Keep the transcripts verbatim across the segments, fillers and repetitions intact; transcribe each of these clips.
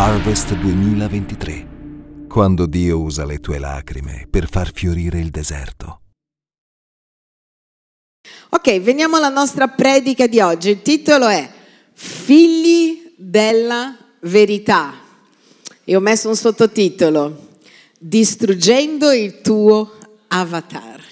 Harvest duemilaventitré, quando Dio usa le tue lacrime per far fiorire il deserto. Ok, veniamo alla nostra predica di oggi. Il titolo è Figli della verità. E ho messo un sottotitolo: Distruggendo il tuo avatar.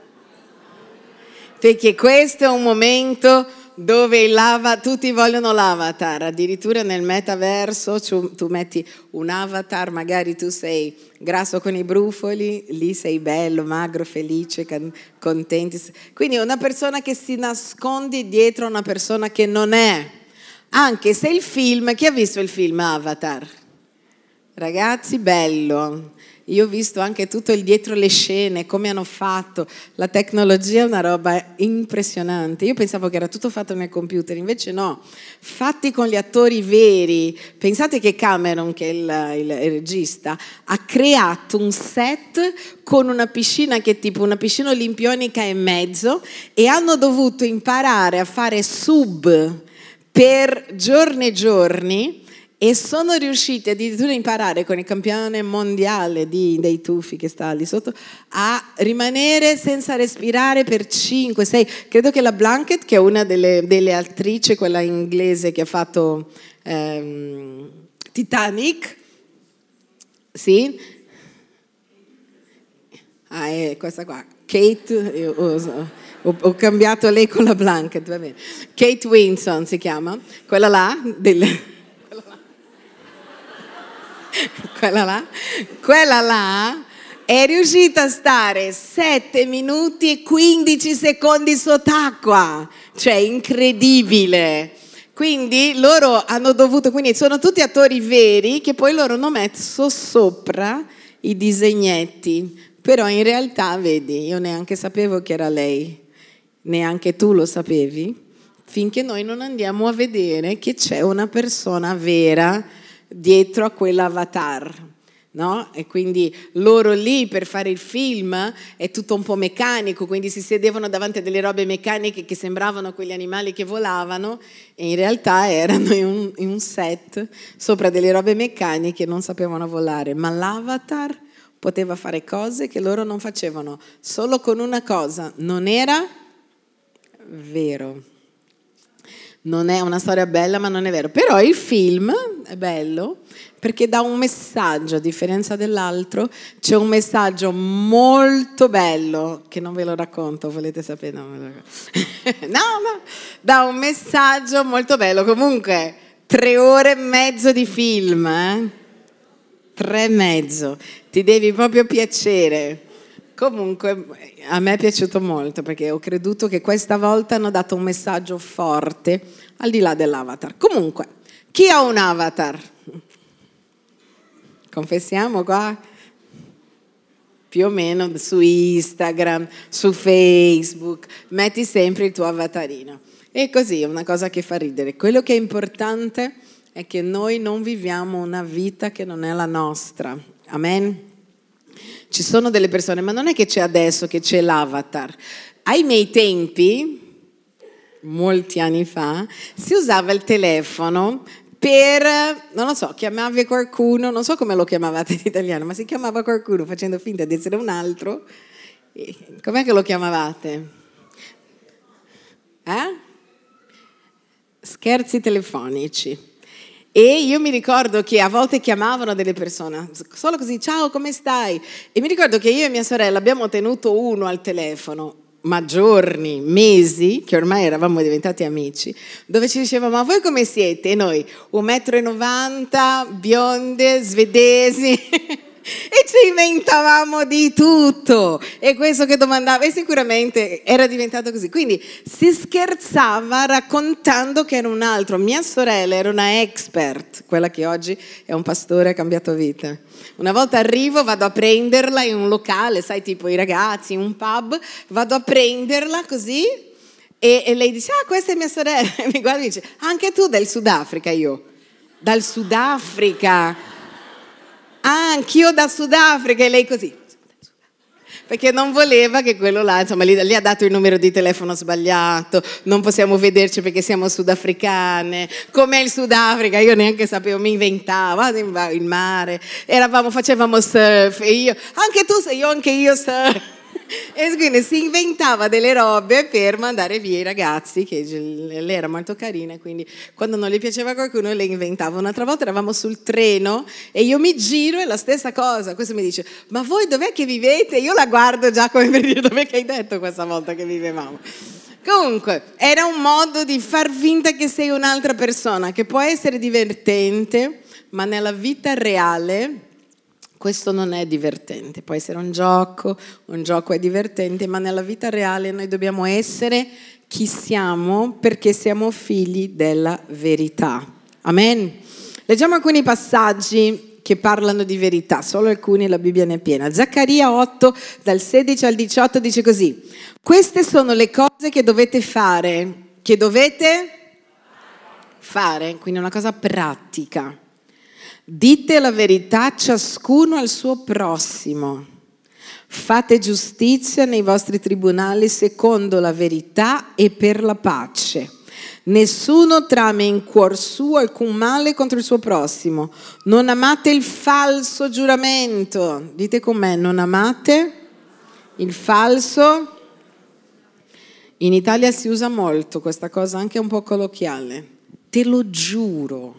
Perché questo è un momento dove il lava, tutti vogliono l'avatar, addirittura nel metaverso tu, tu metti un avatar, magari tu sei grasso con i brufoli, lì sei bello, magro, felice, can, contento. Quindi una persona che si nasconde dietro una persona che non è. Anche se il film, chi ha visto il film Avatar? Ragazzi, bello. Io ho visto anche tutto il dietro le scene, come hanno fatto. La tecnologia è una roba impressionante. Io pensavo che era tutto fatto nel computer, invece no. Fatti con gli attori veri. Pensate che Cameron, che è il, il, il regista, ha creato un set con una piscina che è tipo una piscina olimpionica e mezzo, e hanno dovuto imparare a fare sub per giorni e giorni. E sono riusciti addirittura a imparare con il campione mondiale di, dei tuffi che sta lì sotto a rimanere senza respirare per cinque sei. Credo che la Blanchett, che è una delle, delle attrici, quella inglese che ha fatto ehm, Titanic, sì? Ah, è questa qua, Kate, ho, ho, ho cambiato lei con la Blanchett, va bene. Kate Winslet si chiama, quella là, del... Quella là, quella là è riuscita a stare sette minuti e quindici secondi sott'acqua, cioè incredibile. Quindi loro hanno dovuto, quindi sono tutti attori veri che poi loro hanno messo sopra i disegnetti, però in realtà vedi, io neanche sapevo che era lei, neanche tu lo sapevi, finché noi non andiamo a vedere che c'è una persona vera dietro a quell'avatar, no? E quindi loro lì per fare il film è tutto un po' meccanico, quindi si sedevano davanti a delle robe meccaniche che sembravano quegli animali che volavano e in realtà erano in un, in un set sopra delle robe meccaniche e non sapevano volare, ma l'avatar poteva fare cose che loro non facevano, solo con una cosa: non era vero. Non è una storia bella, ma non è vero. Però il film è bello perché dà un messaggio, a differenza dell'altro. C'è un messaggio molto bello che non ve lo racconto, volete sapere? No, no, no, dà un messaggio molto bello. Comunque, tre ore e mezzo di film, eh? Tre e mezzo. Ti devi proprio piacere. Comunque a me è piaciuto molto perché ho creduto che questa volta hanno dato un messaggio forte al di là dell'avatar. Comunque, chi ha un avatar? Confessiamo qua? Più o meno su Instagram, su Facebook, metti sempre il tuo avatarino. E così è una cosa che fa ridere. Quello che è importante è che noi non viviamo una vita che non è la nostra. Amen? Ci sono delle persone, ma non è che c'è adesso che c'è l'avatar. Ai miei tempi, molti anni fa, si usava il telefono per, non lo so, chiamavi qualcuno, non so come lo chiamavate in italiano, ma si chiamava qualcuno facendo finta di essere un altro. Com'è che lo chiamavate? Eh? Scherzi telefonici. E io mi ricordo che a volte chiamavano delle persone, solo così, ciao, come stai? E mi ricordo che io e mia sorella abbiamo tenuto uno al telefono, ma giorni, mesi, che ormai eravamo diventati amici, dove ci diceva, ma voi come siete? E noi, un metro e novanta, bionde, svedesi... E ci inventavamo di tutto, e questo che domandava, e sicuramente era diventato così. Quindi si scherzava raccontando che era un altro. Mia sorella era una expert, quella che oggi è un pastore, ha cambiato vita. Una volta arrivo, vado a prenderla in un locale, sai, tipo i ragazzi, in un pub, vado a prenderla così e, e lei dice, ah, questa è mia sorella, e mi guarda e dice, anche tu del Sudafrica? Io, dal Sudafrica? Ah, anch'io da Sudafrica. E lei così, perché non voleva che quello là, insomma, gli, gli ha dato il numero di telefono sbagliato, non possiamo vederci perché siamo sudafricane, com'è il Sudafrica, io neanche sapevo, mi inventavo, il mare, eravamo, facevamo surf, e io, anche tu sei, io anche io surf. E quindi si inventava delle robe per mandare via i ragazzi, che lei era molto carina, quindi quando non le piaceva qualcuno le inventava. Un'altra volta eravamo sul treno e io mi giro e la stessa cosa, questo mi dice: ma voi dov'è che vivete? Io la guardo già come per dire: dov'è che hai detto questa volta che vivevamo? Comunque era un modo di far finta che sei un'altra persona, che può essere divertente, ma nella vita reale questo non è divertente. Può essere un gioco, un gioco è divertente, ma nella vita reale noi dobbiamo essere chi siamo, perché siamo figli della verità. Amen. Leggiamo alcuni passaggi che parlano di verità, solo alcuni, la Bibbia ne è piena. Zaccaria otto, dal sedici al diciotto, dice così: queste sono le cose che dovete fare, che dovete fare, quindi una cosa pratica. Dite la verità ciascuno al suo prossimo. Fate giustizia nei vostri tribunali secondo la verità e per la pace. Nessuno trame in cuor suo alcun male contro il suo prossimo. Non amate il falso giuramento. Dite con me: non amate il falso. In Italia si usa molto questa cosa, anche un po' colloquiale. Te lo giuro.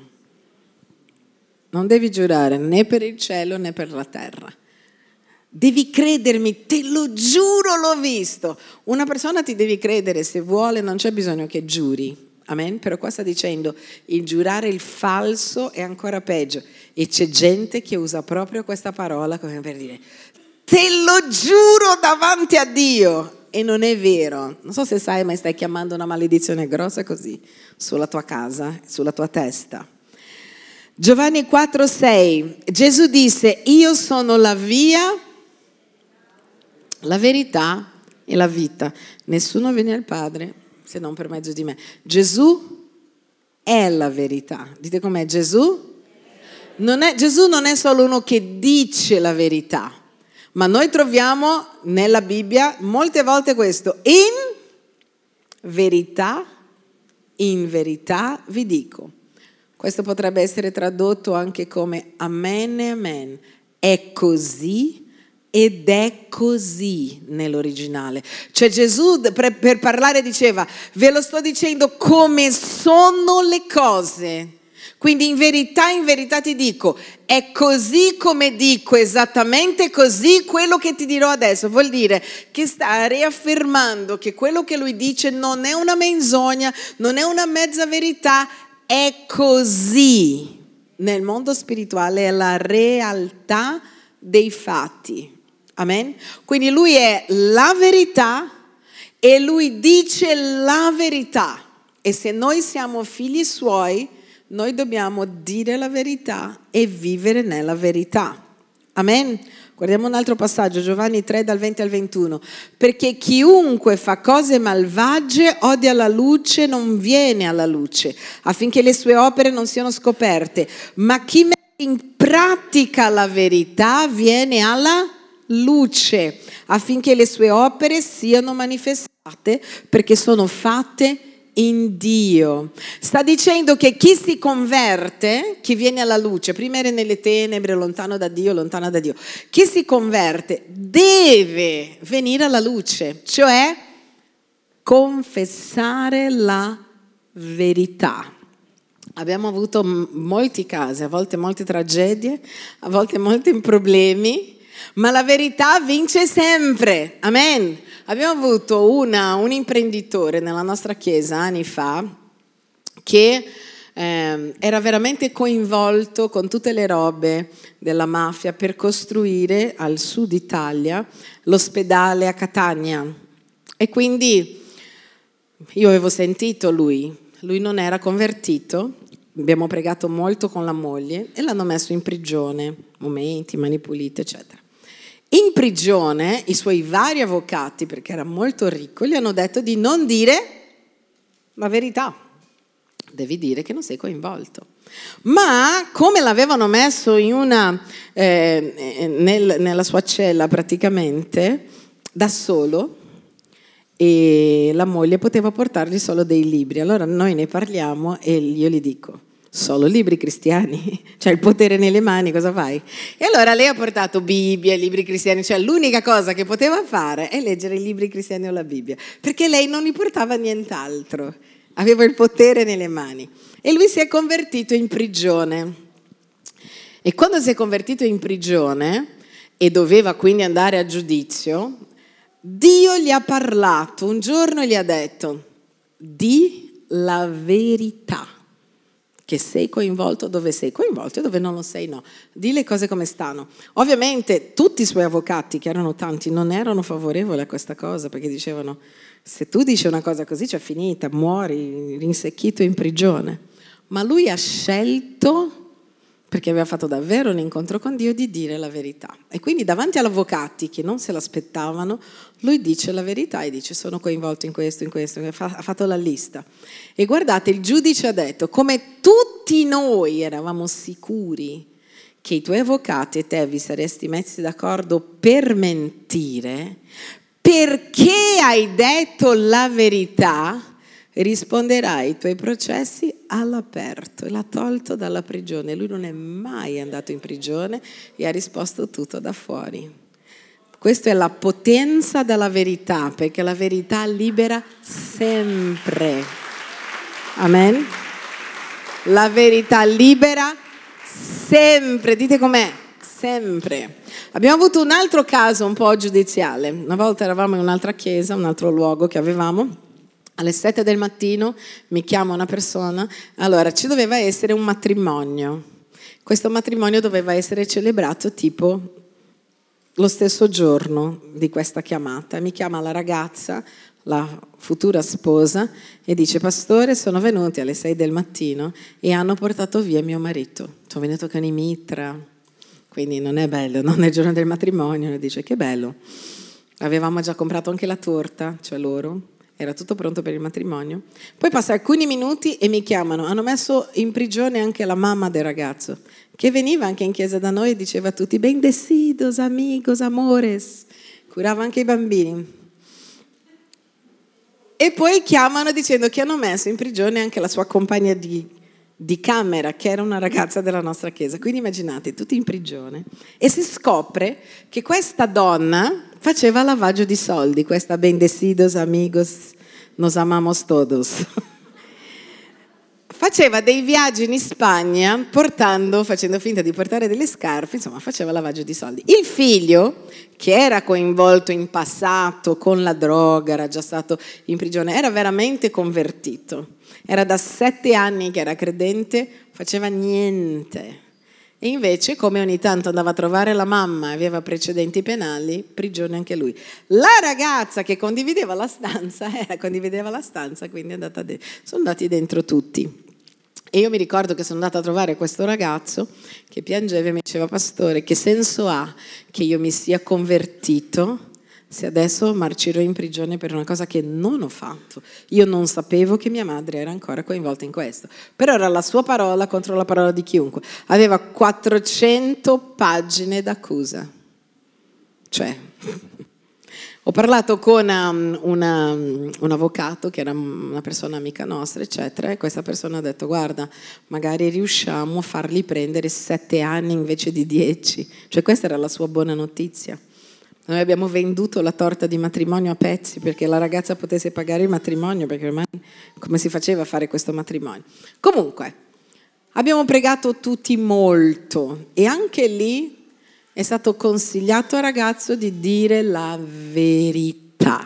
Non devi giurare né per il cielo né per la terra. Devi credermi, te lo giuro, l'ho visto. Una persona ti devi credere se vuole, non c'è bisogno che giuri. Amen? Però qua sta dicendo il giurare il falso è ancora peggio. E c'è gente che usa proprio questa parola come per dire: te lo giuro davanti a Dio. E non è vero. Non so se sai, ma stai chiamando una maledizione grossa così sulla tua casa, sulla tua testa. Giovanni quattro sei, Gesù disse: io sono la via, la verità e la vita. Nessuno viene al Padre se non per mezzo di me. Gesù è la verità. Dite com'è: Gesù non è, Gesù non è solo uno che dice la verità, ma noi troviamo nella Bibbia molte volte questo: in verità, in verità vi dico. Questo potrebbe essere tradotto anche come amen e amen. È così ed è così nell'originale. Cioè Gesù per, per parlare diceva: ve lo sto dicendo come sono le cose. Quindi in verità, in verità ti dico, è così come dico, esattamente così quello che ti dirò adesso. Vuol dire che sta riaffermando che quello che lui dice non è una menzogna, non è una mezza verità, è così. Nel mondo spirituale è la realtà dei fatti. Amen? Quindi lui è la verità e lui dice la verità. E se noi siamo figli suoi, noi dobbiamo dire la verità e vivere nella verità. Amen? Guardiamo un altro passaggio, Giovanni tre dal venti al ventuno. Perché chiunque fa cose malvagie odia la luce, non viene alla luce, affinché le sue opere non siano scoperte. Ma chi mette in pratica la verità viene alla luce, affinché le sue opere siano manifestate, perché sono fatte in Dio. Sta dicendo che chi si converte, chi viene alla luce, prima era nelle tenebre, lontano da Dio, lontano da Dio. Chi si converte deve venire alla luce, cioè confessare la verità. Abbiamo avuto m- molti casi, a volte molte tragedie, a volte molti problemi, ma la verità vince sempre. Amen. Abbiamo avuto una, un imprenditore nella nostra chiesa anni fa che eh, era veramente coinvolto con tutte le robe della mafia per costruire al sud Italia l'ospedale a Catania. E quindi io avevo sentito lui, lui non era convertito, abbiamo pregato molto con la moglie e l'hanno messo in prigione, momenti, mani pulite, eccetera. In prigione i suoi vari avvocati, perché era molto ricco, gli hanno detto di non dire la verità. Devi dire che non sei coinvolto. Ma come l'avevano messo in una, eh, nel, nella sua cella praticamente, da solo e la moglie poteva portargli solo dei libri. Allora noi ne parliamo e io gli dico: solo libri cristiani? Cioè il potere nelle mani, cosa fai? E allora lei ha portato Bibbia, libri cristiani, cioè l'unica cosa che poteva fare è leggere i libri cristiani o la Bibbia, perché lei non gli portava nient'altro, aveva il potere nelle mani. E lui si è convertito in prigione. E quando si è convertito in prigione e doveva quindi andare a giudizio, Dio gli ha parlato un giorno e gli ha detto: di la verità, che sei coinvolto dove sei coinvolto e dove non lo sei no, di le cose come stanno. Ovviamente tutti i suoi avvocati, che erano tanti, non erano favorevoli a questa cosa, perché dicevano: se tu dici una cosa così c'è finita, muori rinsecchito in prigione. Ma lui ha scelto, perché aveva fatto davvero un incontro con Dio, di dire la verità. E quindi davanti agli avvocati che non se l'aspettavano, lui dice la verità e dice: sono coinvolto in questo, in questo, ha fatto la lista. E guardate, il giudice ha detto: come tutti noi eravamo sicuri che i tuoi avvocati e te vi saresti messi d'accordo per mentire, perché hai detto la verità, risponderai ai tuoi processi all'aperto. E l'ha tolto dalla prigione. Lui non è mai andato in prigione e ha risposto tutto da fuori. Questa è la potenza della verità, perché la verità libera sempre. Amen? La verità libera sempre. Dite com'è? Sempre. Abbiamo avuto un altro caso un po' giudiziale. Una volta eravamo in un'altra chiesa, un altro luogo che avevamo. Alle sette del mattino mi chiama una persona. Allora, ci doveva essere un matrimonio. Questo matrimonio doveva essere celebrato tipo lo stesso giorno di questa chiamata. Mi chiama la ragazza, la futura sposa, e dice: pastore, sono venuti alle sei del mattino e hanno portato via mio marito. Sono venuto con i mitra, quindi non è bello, non è il giorno del matrimonio. E dice: che bello. Avevamo già comprato anche la torta, cioè loro. Era tutto pronto per il matrimonio. Poi passa alcuni minuti e mi chiamano. Hanno messo in prigione anche la mamma del ragazzo, che veniva anche in chiesa da noi e diceva a tutti: bendecidos, amigos, amores. Curava anche i bambini. E poi chiamano dicendo che hanno messo in prigione anche la sua compagna di, di camera, che era una ragazza della nostra chiesa. Quindi immaginate, tutti in prigione. E si scopre che questa donna faceva lavaggio di soldi, questa bendecidos, amigos, nos amamos todos. Faceva dei viaggi in Spagna portando, facendo finta di portare delle scarpe, insomma faceva lavaggio di soldi. Il figlio, che era coinvolto in passato con la droga, era già stato in prigione, era veramente convertito. Era da sette anni che era credente, faceva niente. E invece, come ogni tanto andava a trovare la mamma e aveva precedenti penali, prigione anche lui. La ragazza che condivideva la stanza, eh, condivideva la stanza, quindi è andata de- sono andati dentro tutti. E io mi ricordo che sono andata a trovare questo ragazzo che piangeva e mi diceva: pastore, che senso ha che io mi sia convertito se adesso marcirò in prigione per una cosa che non ho fatto? Io non sapevo che mia madre era ancora coinvolta in questo. Però era la sua parola contro la parola di chiunque. Aveva quattrocento pagine d'accusa. Cioè, ho parlato con um, una, un avvocato che era una persona amica nostra, eccetera, e questa persona ha detto: guarda, magari riusciamo a fargli prendere sette anni invece di dieci. Cioè questa era la sua buona notizia. Noi abbiamo venduto la torta di matrimonio a pezzi perché la ragazza potesse pagare il matrimonio, perché ormai come si faceva a fare questo matrimonio? Comunque, abbiamo pregato tutti molto e anche lì è stato consigliato al ragazzo di dire la verità.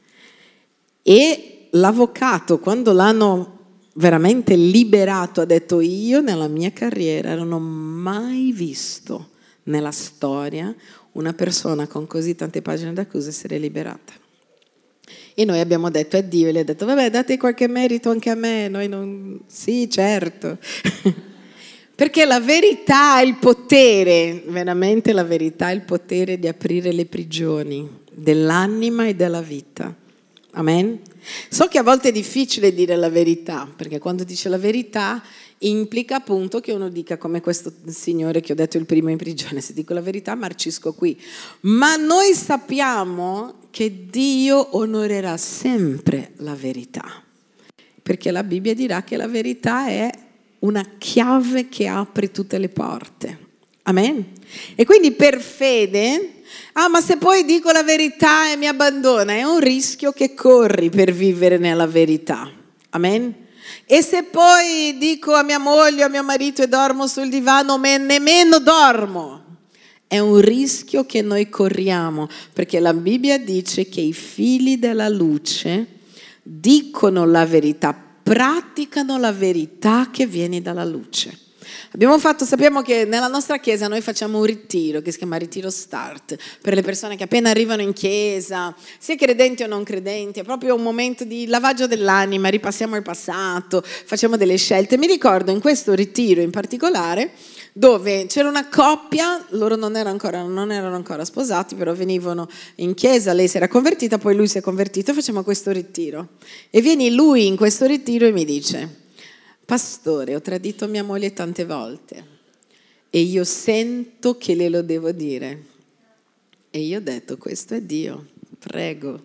E l'avvocato, quando l'hanno veramente liberato, ha detto: io nella mia carriera non ho mai visto nella storia una persona con così tante pagine d'accusa essere liberata. E noi abbiamo detto a Dio, e lui ha detto: vabbè, date qualche merito anche a me. Noi non... Sì, certo. Perché la verità ha il potere, veramente la verità ha il potere di aprire le prigioni dell'anima e della vita. Amen? So che a volte è difficile dire la verità, perché quando dice la verità implica appunto che uno dica come questo signore che ho detto il primo in prigione, se dico la verità marcisco qui. Ma noi sappiamo che Dio onorerà sempre la verità, perché la Bibbia dirà che la verità è una chiave che apre tutte le porte. Amen? E quindi per fede, ah ma se poi dico la verità e mi abbandona, è un rischio che corri per vivere nella verità. Amen? E se poi dico a mia moglie o a mio marito e dormo sul divano, ma nemmeno dormo, è un rischio che noi corriamo, perché la Bibbia dice che i figli della luce dicono la verità, praticano la verità che viene dalla luce. Abbiamo fatto, sappiamo che nella nostra chiesa noi facciamo un ritiro che si chiama Ritiro Start, per le persone che appena arrivano in chiesa, sia credenti o non credenti, è proprio un momento di lavaggio dell'anima, ripassiamo il passato, facciamo delle scelte. Mi ricordo in questo ritiro in particolare dove c'era una coppia, loro non erano ancora, non erano ancora sposati, però venivano in chiesa, lei si era convertita, poi lui si è convertito, facciamo questo ritiro. E viene lui in questo ritiro e mi dice: pastore, ho tradito mia moglie tante volte e io sento che le lo devo dire. E io ho detto: questo è Dio, prego.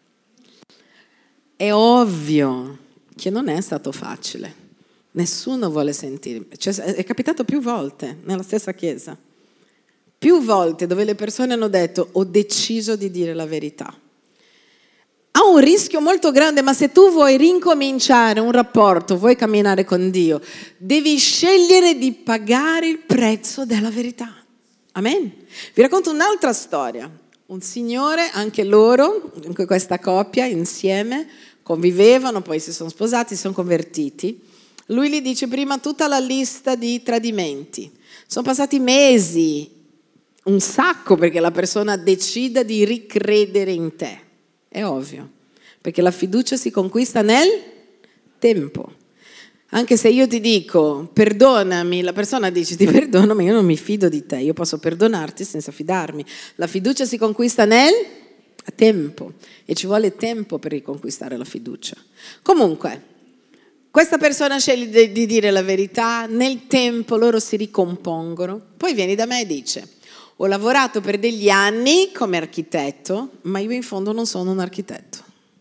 È ovvio che non è stato facile. Nessuno vuole sentire. Cioè, è capitato più volte nella stessa chiesa. Più volte dove le persone hanno detto: ho deciso di dire la verità. Ha un rischio molto grande, ma se tu vuoi rincominciare un rapporto, vuoi camminare con Dio, devi scegliere di pagare il prezzo della verità. Amen? Vi racconto un'altra storia. Un signore, anche loro, questa coppia insieme, convivevano, poi si sono sposati, si sono convertiti. Lui gli dice prima tutta la lista di tradimenti. Sono passati mesi, un sacco, perché la persona decida di ricredere in te. È ovvio, perché la fiducia si conquista nel tempo. Anche se io ti dico perdonami, la persona dice ti perdono, ma io non mi fido di te, io posso perdonarti senza fidarmi. La fiducia si conquista nel tempo e ci vuole tempo per riconquistare la fiducia. Comunque, questa persona sceglie di dire la verità, nel tempo loro si ricompongono, poi vieni da me e dice: ho lavorato per degli anni come architetto, ma io in fondo non sono un architetto.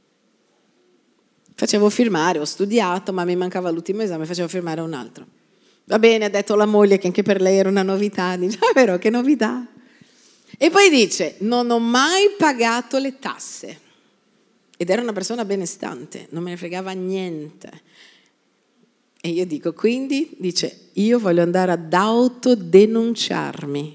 Facevo firmare, ho studiato, ma mi mancava l'ultimo esame, facevo firmare un altro. Va bene, ha detto la moglie che anche per lei era una novità. Dice: ah, vero, che novità. E poi dice: non ho mai pagato le tasse. Ed era una persona benestante, non me ne fregava niente. E io dico: quindi, dice, io voglio andare ad autodenunciarmi.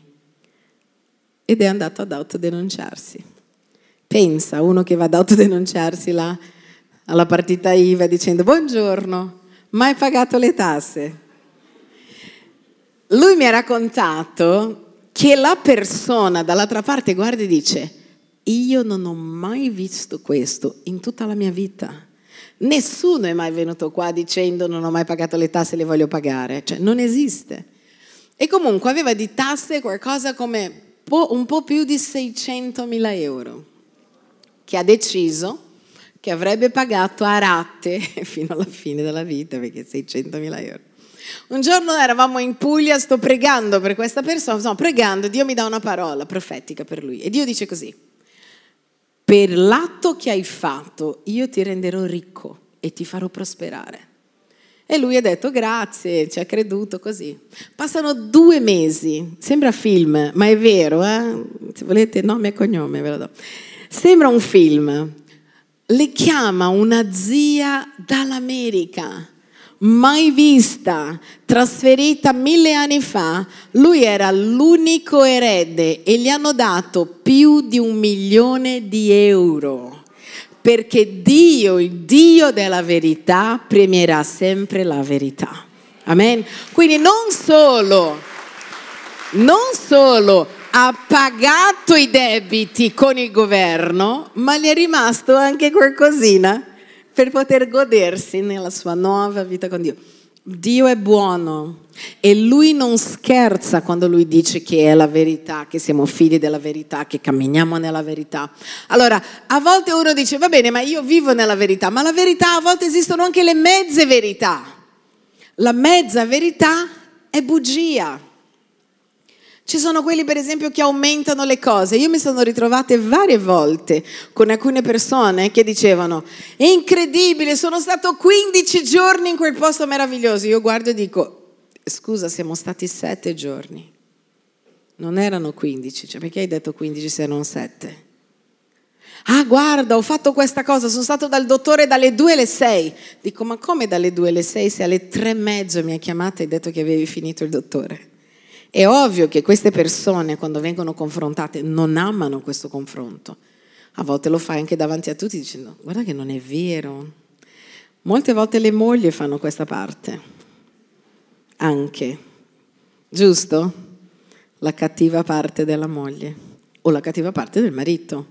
Ed è andato ad autodenunciarsi. Pensa, uno che va ad autodenunciarsi là alla partita I V A dicendo: buongiorno, mai pagato le tasse? Lui mi ha raccontato che la persona dall'altra parte guarda e dice: io non ho mai visto questo in tutta la mia vita. Nessuno è mai venuto qua dicendo: non ho mai pagato le tasse, le voglio pagare. Cioè, non esiste. E comunque aveva di tasse qualcosa come un po' più di seicentomila euro, che ha deciso che avrebbe pagato a rate fino alla fine della vita, perché seicentomila euro. Un giorno eravamo in Puglia, sto pregando per questa persona, sto pregando, Dio mi dà una parola profetica per lui. E Dio dice così: per l'atto che hai fatto io ti renderò ricco e ti farò prosperare. E lui ha detto grazie, ci ha creduto così. Passano due mesi, sembra film, ma è vero, eh? Se volete nome e cognome ve lo do. Sembra un film. Le chiama una zia dall'America, mai vista, trasferita mille anni fa. Lui era l'unico erede e gli hanno dato più di un milione di euro. Perché Dio, il Dio della verità, premierà sempre la verità. Amen? Quindi non solo, non solo ha pagato i debiti con il governo, ma gli è rimasto anche qualcosina per poter godersi nella sua nuova vita con Dio. Dio è buono e Lui non scherza quando Lui dice che è la verità, che siamo figli della verità, che camminiamo nella verità. Allora, a volte uno dice, va bene, ma io vivo nella verità, ma la verità, a volte esistono anche le mezze verità. La mezza verità è bugia. Ci sono quelli, per esempio, che aumentano le cose. Io mi sono ritrovate varie volte con alcune persone che dicevano, è incredibile, sono stato quindici giorni in quel posto meraviglioso. Io guardo e dico, scusa, siamo stati sette giorni. Non erano quindici, cioè perché hai detto quindici se non sette? Ah, guarda, ho fatto questa cosa, sono stato dal dottore dalle due alle sei. Dico, ma come dalle due alle sei se alle tre e mezzo mi ha chiamato e hai detto che avevi finito il dottore? È ovvio che queste persone, quando vengono confrontate, non amano questo confronto. A volte lo fai anche davanti a tutti dicendo, guarda che non è vero. Molte volte le mogli fanno questa parte. Anche. Giusto? La cattiva parte della moglie o la cattiva parte del marito.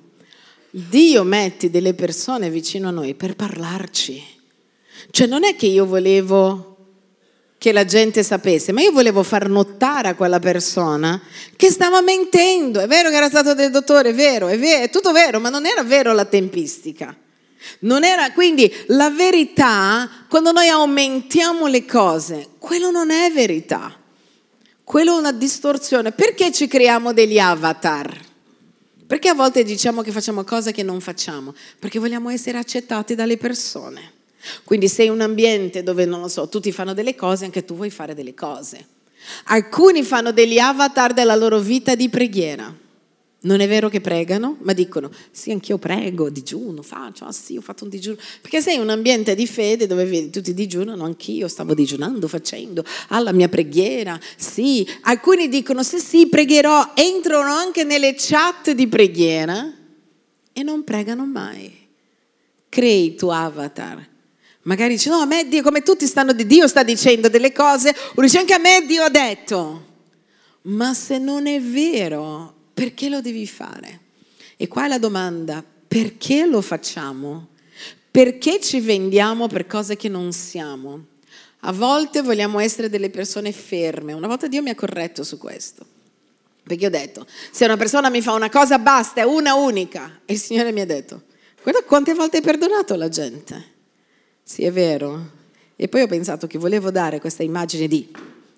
Dio mette delle persone vicino a noi per parlarci. Cioè non è che io volevo che la gente sapesse, ma io volevo far notare a quella persona che stava mentendo. È vero che era stato del dottore, è vero, è vero, è tutto vero, ma non era vero la tempistica. Non era, quindi la verità, quando noi aumentiamo le cose, quello non è verità. Quello è una distorsione. Perché ci creiamo degli avatar? Perché a volte diciamo che facciamo cose che non facciamo? Perché vogliamo essere accettati dalle persone. Quindi sei in un ambiente dove, non lo so, tutti fanno delle cose, anche tu vuoi fare delle cose. Alcuni fanno degli avatar della loro vita di preghiera. Non è vero che pregano, ma dicono, sì, anch'io prego, digiuno, faccio, ah sì, ho fatto un digiuno. Perché sei in un ambiente di fede dove vedi tutti digiunano, anch'io stavo digiunando, facendo, alla mia preghiera, sì. Alcuni dicono, sì, sì, pregherò, entrano anche nelle chat di preghiera e non pregano mai. Crei il tuo avatar. Magari dice, no, a me Dio, come tutti stanno di Dio sta dicendo delle cose, uno dice, anche a me Dio ha detto. Ma se non è vero, perché lo devi fare? E qua è la domanda, perché lo facciamo? Perché ci vendiamo per cose che non siamo? A volte vogliamo essere delle persone ferme. Una volta Dio mi ha corretto su questo. Perché ho detto, se una persona mi fa una cosa basta, è una unica. E il Signore mi ha detto, guarda quante volte hai perdonato la gente. Sì, è vero. E poi ho pensato che volevo dare questa immagine di...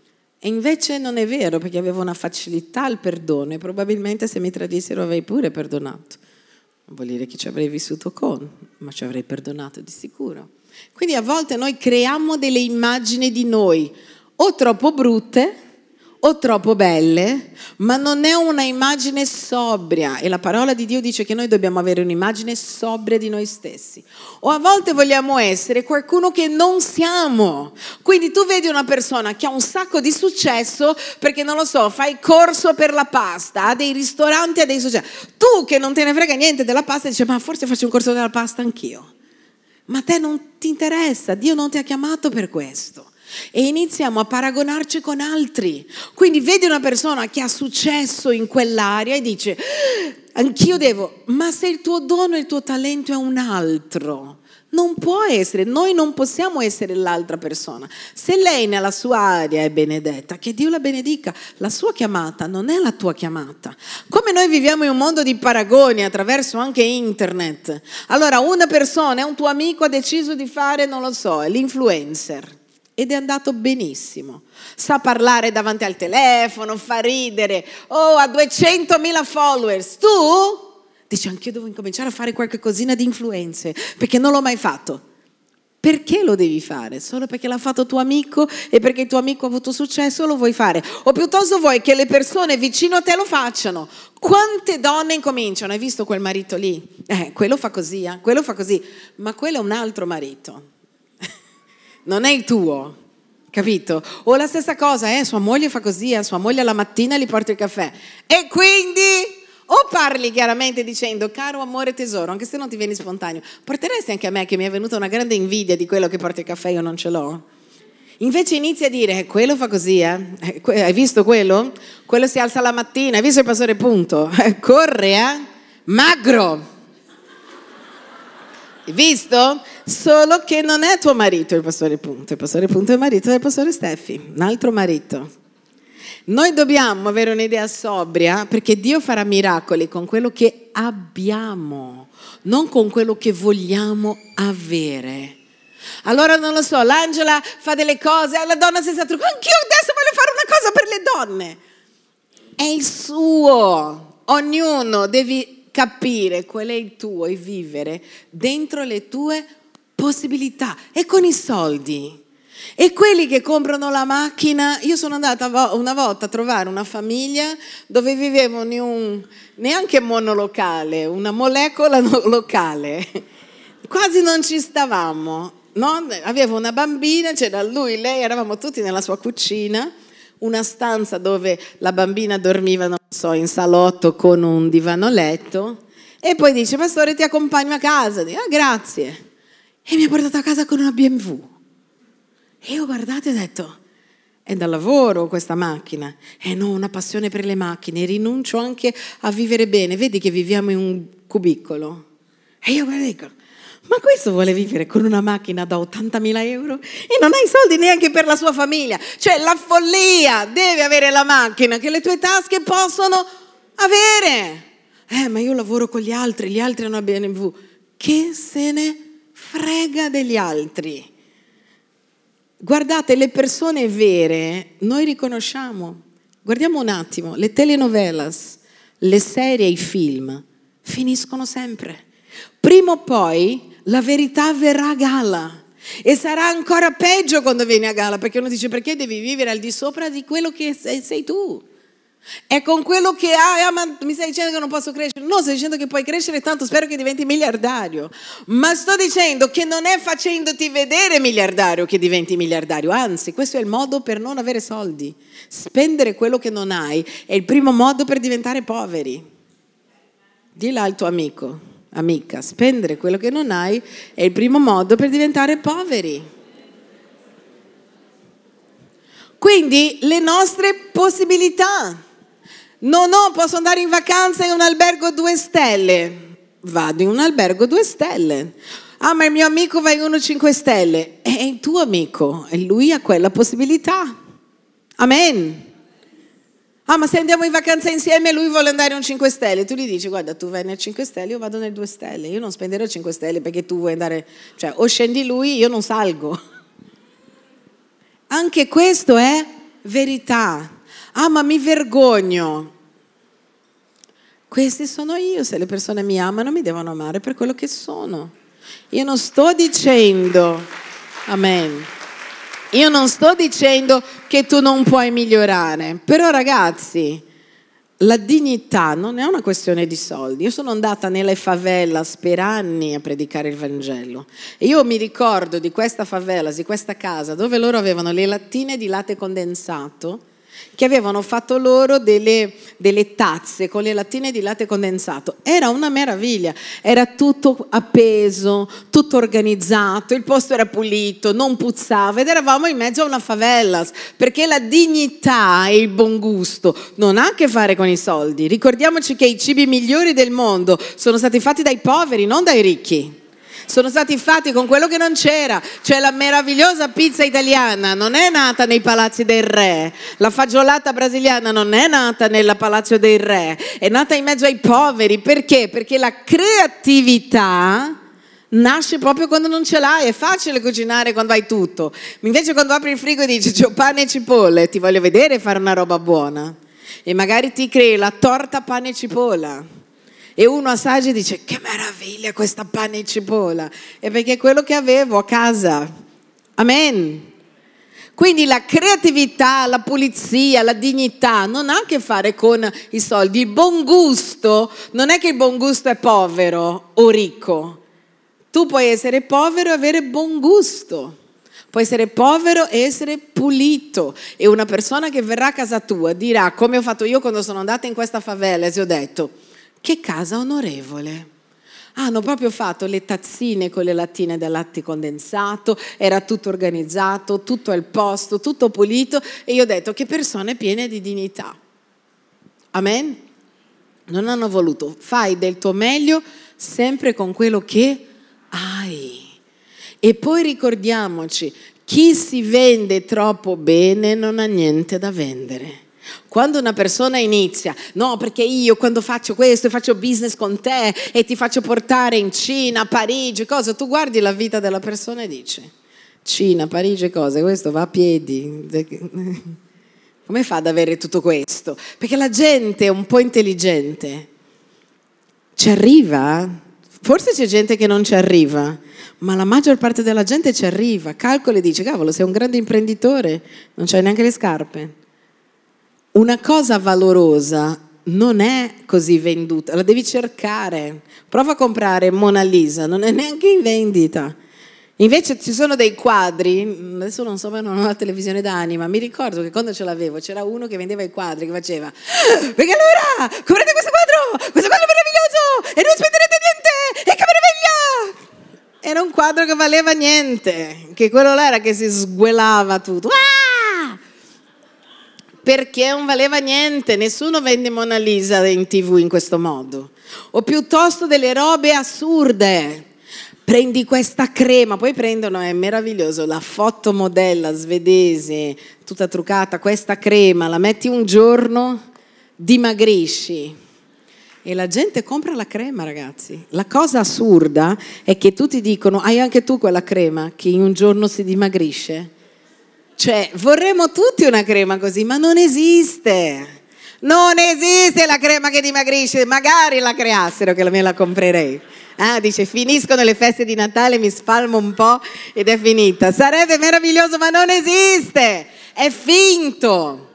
E invece non è vero, perché avevo una facilità al perdono e probabilmente se mi tradissero avrei pure perdonato. Non vuol dire che ci avrei vissuto con, ma ci avrei perdonato di sicuro. Quindi a volte noi creiamo delle immagini di noi o troppo brutte o troppo belle, ma non è una immagine sobria. E la parola di Dio dice che noi dobbiamo avere un'immagine sobria di noi stessi. O a volte vogliamo essere qualcuno che non siamo. Quindi tu vedi una persona che ha un sacco di successo perché, non lo so, fa il corso per la pasta, ha dei ristoranti, ha dei successi. Tu che non te ne frega niente della pasta dici, ma forse faccio un corso della pasta anch'io. Ma a te non ti interessa, Dio non ti ha chiamato per questo. E iniziamo a paragonarci con altri. Quindi vedi una persona che ha successo in quell'area e dice, anch'io devo. Ma se il tuo dono e il tuo talento è un altro, non può essere, noi non possiamo essere l'altra persona. Se lei nella sua area è benedetta, che Dio la benedica, la sua chiamata non è la tua chiamata. Come noi viviamo in un mondo di paragoni attraverso anche internet. Allora una persona, un tuo amico ha deciso di fare, non lo so, l'influencer. Ed è andato benissimo, sa parlare davanti al telefono, fa ridere, oh ha duecentomila followers, tu dici anch'io devo incominciare a fare qualche cosina di influenze perché non l'ho mai fatto. Perché lo devi fare? Solo perché l'ha fatto tuo amico e perché il tuo amico ha avuto successo lo vuoi fare? O piuttosto vuoi che le persone vicino a te lo facciano? Quante donne incominciano? Hai visto quel marito lì? Eh, quello fa così, eh? quello fa così, ma quello è un altro marito. Non è il tuo, capito? O la stessa cosa, eh, sua moglie fa così, a sua moglie alla mattina gli porta il caffè. E quindi o parli chiaramente dicendo, caro amore tesoro, anche se non ti viene spontaneo, porteresti anche a me che mi è venuta una grande invidia di quello che porta il caffè, io non ce l'ho. Invece inizi a dire, eh, quello fa così, eh? eh hai visto quello? Quello si alza la mattina, hai visto il pastore punto? Eh, corre, eh? Magro. Visto? Solo che non è tuo marito il pastore Punto, il pastore Punto è il marito del pastore Steffi, un altro marito. Noi dobbiamo avere un'idea sobria, perché Dio farà miracoli con quello che abbiamo, non con quello che vogliamo avere. Allora non lo so, l'Angela fa delle cose, la donna senza trucco, anch'io adesso voglio fare una cosa per le donne. È il suo, ognuno devi capire qual è il tuo e vivere dentro le tue possibilità e con i soldi. E quelli che comprano la macchina, io sono andata una volta a trovare una famiglia dove vivevano in un neanche monolocale, una molecola locale, quasi non ci stavamo, no? Avevo una bambina, c'era lui, lei, eravamo tutti nella sua cucina, una stanza dove la bambina dormiva, non so, in salotto con un divano letto, e poi dice: pastore, ti accompagno a casa. Dico: ah, grazie. E mi ha portato a casa con una B M W. E io ho guardato e ho detto: è da lavoro questa macchina. E eh no, una passione per le macchine, rinuncio anche a vivere bene, vedi che viviamo in un cubicolo. E io dico: ma questo vuole vivere con una macchina da ottantamila euro e non hai soldi neanche per la sua famiglia? Cioè, la follia, deve avere la macchina che le tue tasche possono avere. Eh, ma io lavoro con gli altri, gli altri hanno una B M W. Che se ne frega degli altri? Guardate, le persone vere noi riconosciamo. Guardiamo un attimo, le telenovelas, le serie, i film finiscono sempre. Prima o poi la verità verrà a galla e sarà ancora peggio quando viene a galla, perché uno dice: perché devi vivere al di sopra di quello che sei, sei tu? È con quello che hai. Ah, ma mi stai dicendo che non posso crescere? No, sto dicendo che puoi crescere tanto, spero che diventi miliardario, ma sto dicendo che non è facendoti vedere miliardario che diventi miliardario, anzi questo è il modo per non avere soldi. Spendere quello che non hai è il primo modo per diventare poveri. Dilla al tuo amico: amica, spendere quello che non hai è il primo modo per diventare poveri. Quindi le nostre possibilità. No, no, posso andare in vacanza in un albergo due stelle. Vado in un albergo due stelle. Ah, ma il mio amico va in uno cinque stelle. È il tuo amico e lui ha quella possibilità. Amen. Ah, ma se andiamo in vacanza insieme e lui vuole andare in un cinque stelle, tu gli dici: guarda, tu vai nel cinque stelle, io vado nel due stelle. Io non spenderò cinque stelle perché tu vuoi andare, cioè o scendi lui, io non salgo. Anche questo è verità. Ah, ma mi vergogno. Questi sono io. Se le persone mi amano, mi devono amare per quello che sono. Io non sto dicendo, amen, io non sto dicendo che tu non puoi migliorare, però ragazzi, la dignità non è una questione di soldi. Io sono andata nelle favelas per anni a predicare il Vangelo e io mi ricordo di questa favela, di questa casa dove loro avevano le lattine di latte condensato, che avevano fatto loro delle, delle tazze con le lattine di latte condensato. Era una meraviglia, era tutto appeso, tutto organizzato, il posto era pulito, non puzzava ed eravamo in mezzo a una favela, perché la dignità e il buon gusto non ha a che fare con i soldi. Ricordiamoci che i cibi migliori del mondo sono stati fatti dai poveri, non dai ricchi. Sono stati fatti con quello che non c'era, cioè la meravigliosa pizza italiana non è nata nei palazzi del re, la fagiolata brasiliana non è nata nel palazzo del re, è nata in mezzo ai poveri. Perché? Perché la creatività nasce proprio quando non ce l'hai. È facile cucinare quando hai tutto, invece quando apri il frigo e dici: c'ho pane e cipolle, ti voglio vedere fare una roba buona, e magari ti crei la torta pane e cipolla. E uno assaggia e dice: che meraviglia questa pane e cipolla. E perché è quello che avevo a casa. Amen. Quindi la creatività, la pulizia, la dignità non ha a che fare con i soldi. Il buon gusto, non è che il buon gusto è povero o ricco. Tu puoi essere povero e avere buon gusto. Puoi essere povero e essere pulito. E una persona che verrà a casa tua dirà, come ho fatto io quando sono andata in questa favela e ho detto: che casa onorevole. Hanno proprio fatto le tazzine con le lattine del latte condensato, era tutto organizzato, tutto al posto, tutto pulito, e io ho detto: che persone piene di dignità. Amen? Non hanno voluto. Fai del tuo meglio sempre con quello che Ai. E poi ricordiamoci, chi si vende troppo bene non ha niente da vendere. Quando una persona inizia, no, perché io quando faccio questo e faccio business con te e ti faccio portare in Cina, Parigi, cosa, tu guardi la vita della persona e dici, Cina, Parigi, cose, questo va a piedi. Come fa ad avere tutto questo? Perché la gente è un po' intelligente. Ci arriva? Forse c'è gente che non ci arriva, ma la maggior parte della gente ci arriva. Calcola e dice, cavolo, sei un grande imprenditore, non c'hai neanche le scarpe. Una cosa valorosa non è così venduta, la devi cercare. Prova a comprare Mona Lisa, non è neanche in vendita. Invece ci sono dei quadri, adesso non so, ma non ho la televisione da anni, ma mi ricordo che quando ce l'avevo c'era uno che vendeva i quadri, che faceva, perché allora comprate questo quadro, questo quadro è meraviglioso e non spenderete niente, e che meraviglia! Era un quadro che valeva niente, che quello là era che si sguelava tutto. Ah! Perché non valeva niente, nessuno vende Mona Lisa in tv in questo modo. O piuttosto delle robe assurde. Prendi questa crema, poi prendono, è meraviglioso, la fotomodella svedese, tutta truccata, questa crema, la metti un giorno, dimagrisci. E la gente compra la crema, ragazzi. La cosa assurda è che tutti dicono, hai anche tu quella crema che in un giorno si dimagrisce? Cioè, vorremmo tutti una crema così, ma non esiste. Non esiste la crema che dimagrisce, magari la creassero che me la comprerei. Ah, dice, finiscono le feste di Natale, mi spalmo un po' ed è finita. Sarebbe meraviglioso, ma non esiste. È finto.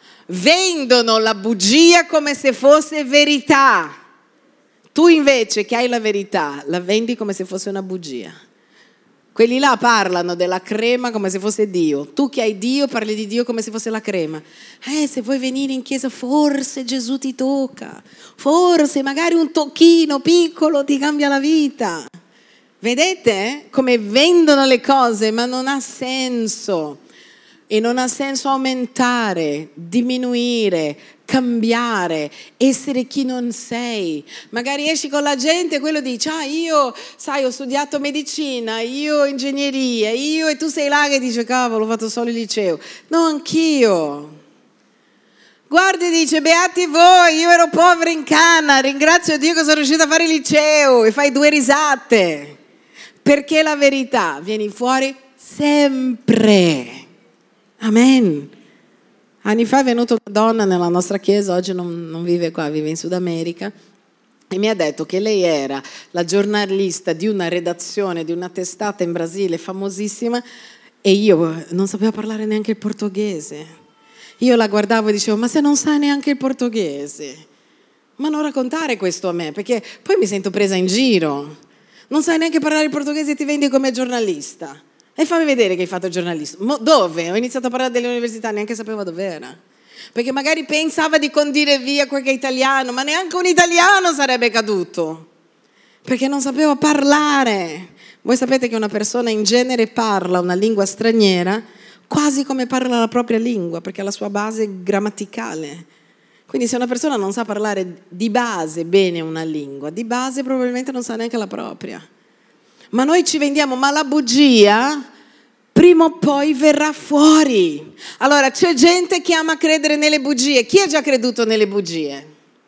Vendono la bugia come se fosse verità. Tu invece che hai la verità, la vendi come se fosse una bugia. Quelli là parlano della crema come se fosse Dio. Tu che hai Dio parli di Dio come se fosse la crema. Eh, se vuoi venire in chiesa forse Gesù ti tocca. Forse magari un tocchino piccolo ti cambia la vita. Vedete come vendono le cose, ma non ha senso. E non ha senso aumentare, diminuire, cambiare, essere chi non sei. Magari esci con la gente e quello dice, ah io, sai, ho studiato medicina, io ingegneria, io, e tu sei là che dice, cavolo, ho fatto solo il liceo. No, anch'io. Guardi e dice, beati voi, io ero povero in canna, ringrazio Dio che sono riuscita a fare il liceo, e fai due risate. Perché la verità viene fuori sempre. Amen. Anni fa è venuta una donna nella nostra chiesa, oggi non, non vive qua, vive in Sud America, e mi ha detto che lei era la giornalista di una redazione, di una testata in Brasile famosissima, e io non sapevo parlare neanche il portoghese. Io la guardavo e dicevo, ma se non sai neanche il portoghese, ma non raccontare questo a me, perché poi mi sento presa in giro. Non sai neanche parlare il portoghese e ti vendi come giornalista. E fammi vedere che hai fatto giornalista. Mo, dove? Ho iniziato a parlare delle università, neanche sapevo dove era. Perché magari pensava di condire via qualche italiano, ma neanche un italiano sarebbe caduto. Perché non sapeva parlare. Voi sapete che una persona in genere parla una lingua straniera quasi come parla la propria lingua, perché ha la sua base grammaticale. Quindi se una persona non sa parlare di base bene una lingua, di base probabilmente non sa neanche la propria. Ma noi ci vendiamo, ma la bugia prima o poi verrà fuori. Allora c'è gente che ama credere nelle bugie. Chi ha già creduto nelle bugie?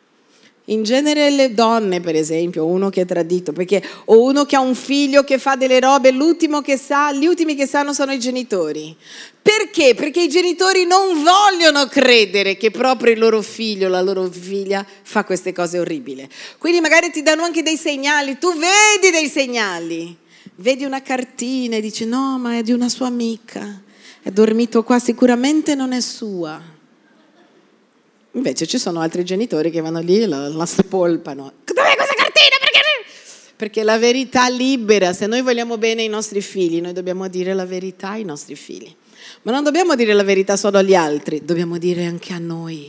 In genere le donne, per esempio, uno che è tradito, perché, o uno che ha un figlio che fa delle robe, l'ultimo che sa, gli ultimi che sanno sono i genitori. Perché? Perché i genitori non vogliono credere che proprio il loro figlio, la loro figlia fa queste cose orribili. Quindi magari ti danno anche dei segnali, tu vedi dei segnali, vedi una cartina e dici no, ma è di una sua amica, è dormito qua, sicuramente non è sua. Invece ci sono altri genitori che vanno lì e la, la spolpano. Dov'è questa cartina? Perché? Perché la verità libera. Se noi vogliamo bene ai nostri figli, noi dobbiamo dire la verità ai nostri figli. Ma non dobbiamo dire la verità solo agli altri, dobbiamo dire anche a noi.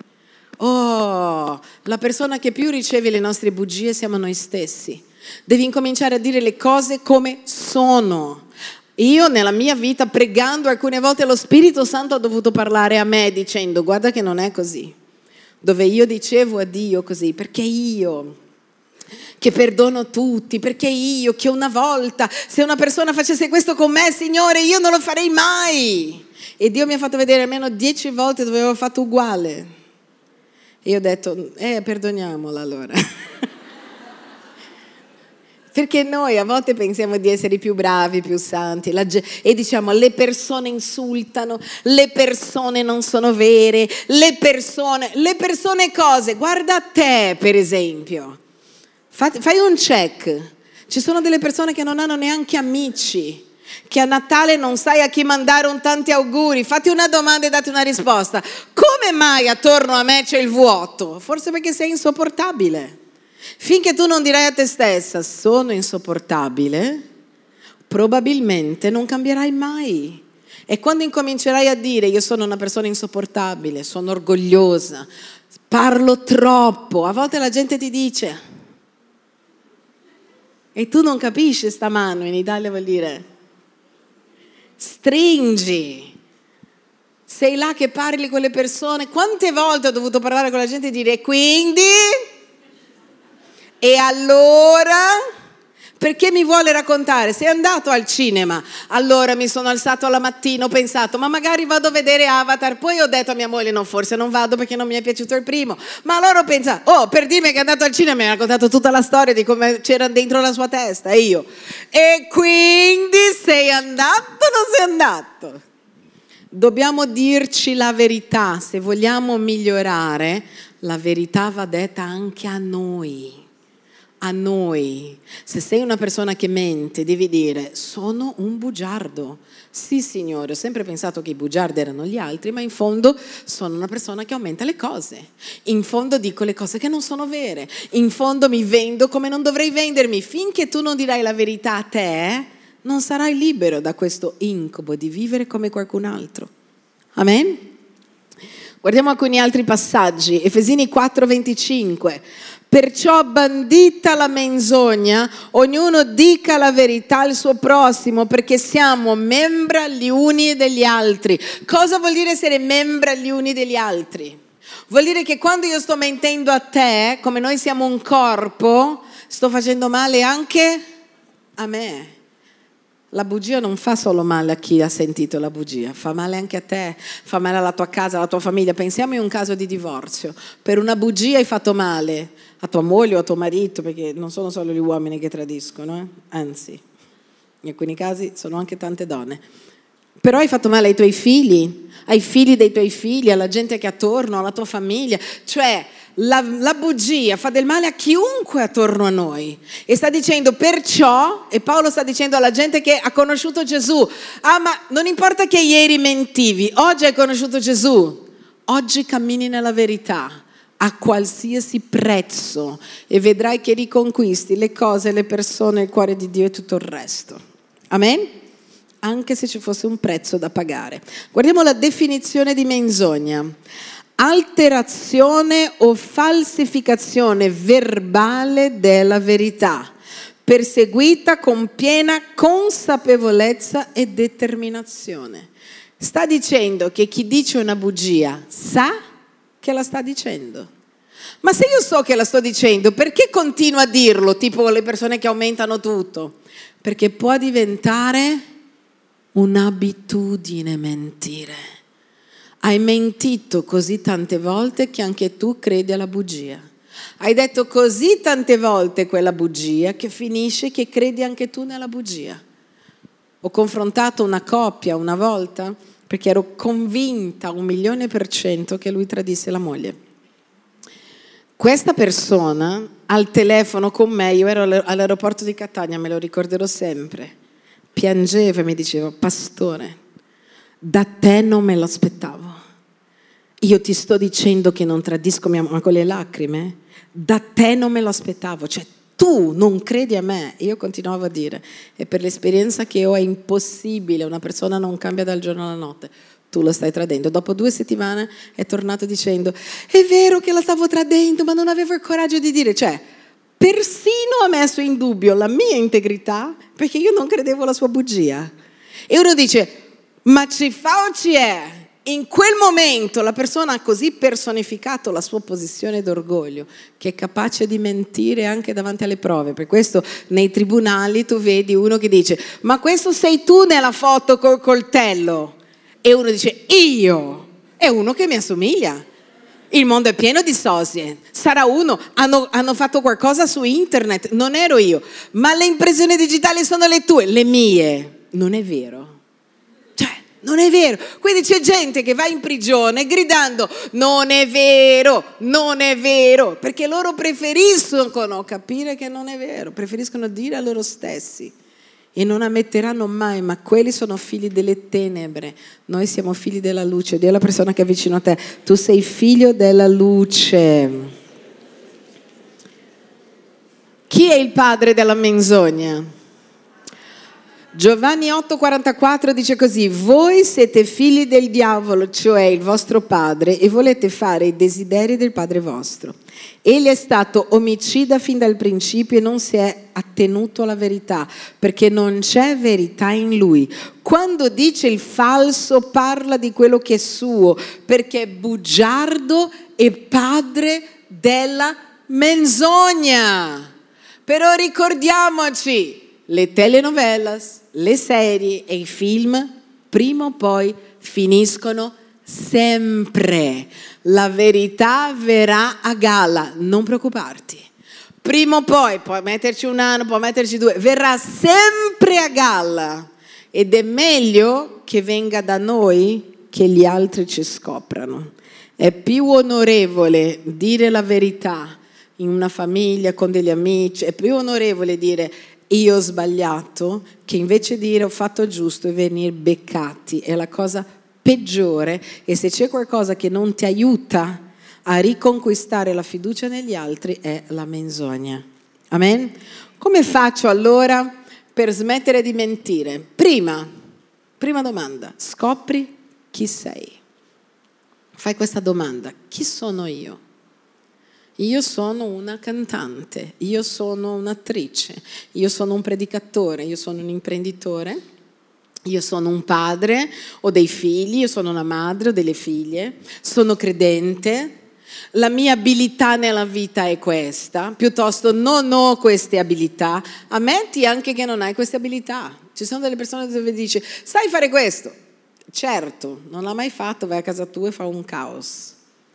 Oh, la persona che più riceve le nostre bugie siamo noi stessi. Devi incominciare a dire le cose come sono. Io nella mia vita, pregando, alcune volte lo Spirito Santo ha dovuto parlare a me dicendo guarda che non è così, dove io dicevo a Dio così, perché io che perdono tutti, perché io che una volta, se una persona facesse questo con me, Signore, io non lo farei mai. E Dio mi ha fatto vedere almeno dieci volte dove avevo fatto uguale. E io ho detto, eh, perdoniamola allora. Perché noi a volte pensiamo di essere più bravi, più santi, la, e diciamo le persone insultano, le persone non sono vere, le persone, le persone cose. Guarda te per esempio, fai, fai un check, ci sono delle persone che non hanno neanche amici, che a Natale non sai a chi mandare un tanti auguri, fatti una domanda e date una risposta. Come mai attorno a me c'è il vuoto? Forse perché sei insopportabile. Finché tu non dirai a te stessa sono insopportabile, probabilmente non cambierai mai. E quando incomincerai a dire io sono una persona insopportabile, sono orgogliosa, parlo troppo, a volte la gente ti dice, e tu non capisci sta mano, in Italia vuol dire stringi. Sei là che parli con le persone. Quante volte ho dovuto parlare con la gente e dire quindi... E allora, perché mi vuole raccontare? Sei andato al cinema? Allora mi sono alzato alla mattina, ho pensato, ma magari vado a vedere Avatar. Poi ho detto a mia moglie, no, forse non vado perché non mi è piaciuto il primo. Ma allora ho pensato, oh, per dirmi che è andato al cinema mi ha raccontato tutta la storia di come c'era dentro la sua testa. E io, e quindi sei andato o non sei andato? Dobbiamo dirci la verità. Se vogliamo migliorare, la verità va detta anche a noi. A noi. Se sei una persona che mente, devi dire sono un bugiardo. Sì, Signore, ho sempre pensato che i bugiardi erano gli altri, ma in fondo sono una persona che aumenta le cose. In fondo dico le cose che non sono vere. In fondo mi vendo come non dovrei vendermi. Finché tu non dirai la verità a te, non sarai libero da questo incubo di vivere come qualcun altro. Amen? Guardiamo alcuni altri passaggi. Efesini quattro venticinque. Perciò bandita la menzogna, ognuno dica la verità al suo prossimo, perché siamo membra gli uni degli altri. Cosa vuol dire essere membra gli uni degli altri? Vuol dire che quando io sto mentendo a te, come noi siamo un corpo, sto facendo male anche a me. La bugia non fa solo male a chi ha sentito la bugia, fa male anche a te, fa male alla tua casa, alla tua famiglia. Pensiamo in un caso di divorzio. Per una bugia hai fatto male a tua moglie o a tuo marito, perché non sono solo gli uomini che tradiscono, eh? Anzi, in alcuni casi sono anche tante donne. Però hai fatto male ai tuoi figli, ai figli dei tuoi figli, alla gente che è attorno, alla tua famiglia. Cioè, la, la bugia fa del male a chiunque attorno a noi. E sta dicendo perciò, e Paolo sta dicendo alla gente che ha conosciuto Gesù, ah ma non importa che ieri mentivi, oggi hai conosciuto Gesù, oggi cammini nella verità a qualsiasi prezzo e vedrai che riconquisti le cose, le persone, il cuore di Dio e tutto il resto. Amen? Anche se ci fosse un prezzo da pagare. Guardiamo la definizione di menzogna. Alterazione o falsificazione verbale della verità, perseguita con piena consapevolezza e determinazione. Sta dicendo che chi dice una bugia sa che la sta dicendo. Ma se io so che la sto dicendo, perché continuo a dirlo? Tipo le persone che aumentano tutto. Perché può diventare un'abitudine mentire. Hai mentito così tante volte che anche tu credi alla bugia. Hai detto così tante volte quella bugia che finisce che credi anche tu nella bugia. Ho confrontato una coppia una volta perché ero convinta un milione per cento che lui tradisse la moglie. Questa persona al telefono con me, io ero all'aeroporto di Catania, me lo ricorderò sempre, piangeva e mi diceva: pastore, da te non me lo aspettavo. Io ti sto dicendo che non tradisco mia mamma con le lacrime, da te non me lo aspettavo, cioè tu non credi a me. Io continuavo a dire, e per l'esperienza che ho è impossibile, una persona non cambia dal giorno alla notte, tu lo stai tradendo. Dopo due settimane è tornato dicendo: è vero che la stavo tradendo, ma non avevo il coraggio di dire, cioè persino ha messo in dubbio la mia integrità perché io non credevo alla sua bugia. E uno dice: ma ci fa o ci è? In quel momento la persona ha così personificato la sua posizione d'orgoglio che è capace di mentire anche davanti alle prove. Per questo nei tribunali tu vedi uno che dice: ma questo sei tu nella foto col coltello? E uno dice: io. È uno che mi assomiglia. Il mondo è pieno di sosie. Sarà uno, hanno, hanno fatto qualcosa su internet, non ero io. Ma le impressioni digitali sono le tue, le mie. Non è vero. Non è vero. Quindi c'è gente che va in prigione gridando: non è vero, non è vero, perché loro preferiscono capire che non è vero, preferiscono dire a loro stessi e non ammetteranno mai: ma quelli sono figli delle tenebre, noi siamo figli della luce. Dio è la persona che è vicino a te: tu sei figlio della luce. Chi è il padre della menzogna? Giovanni otto quarantaquattro dice così: voi siete figli del diavolo, cioè il vostro padre, e volete fare i desideri del padre vostro. Egli è stato omicida fin dal principio e non si è attenuto alla verità, perché non c'è verità in lui. Quando dice il falso parla di quello che è suo, perché è bugiardo e padre della menzogna. Però ricordiamoci, le telenovelas, le serie e i film prima o poi finiscono sempre. La verità verrà a galla, non preoccuparti. Prima o poi, puoi metterci un anno, puoi metterci due, verrà sempre a galla. Ed è meglio che venga da noi che gli altri ci scoprano. È più onorevole dire la verità in una famiglia, con degli amici, è più onorevole dire: io ho sbagliato, che invece dire ho fatto giusto e venire beccati. È la cosa peggiore. E se c'è qualcosa che non ti aiuta a riconquistare la fiducia negli altri, è la menzogna. Amen? Come faccio allora per smettere di mentire? Prima, prima domanda, scopri chi sei. Fai questa domanda: chi sono io? Io sono una cantante, io sono un'attrice, io sono un predicatore, io sono un imprenditore, io sono un padre, ho dei figli, io sono una madre, ho delle figlie, sono credente, la mia abilità nella vita è questa, piuttosto non ho queste abilità. Ammetti anche che non hai queste abilità. Ci sono delle persone dove dici: sai fare questo? Certo, non l'ha mai fatto, vai a casa tua e fa un caos.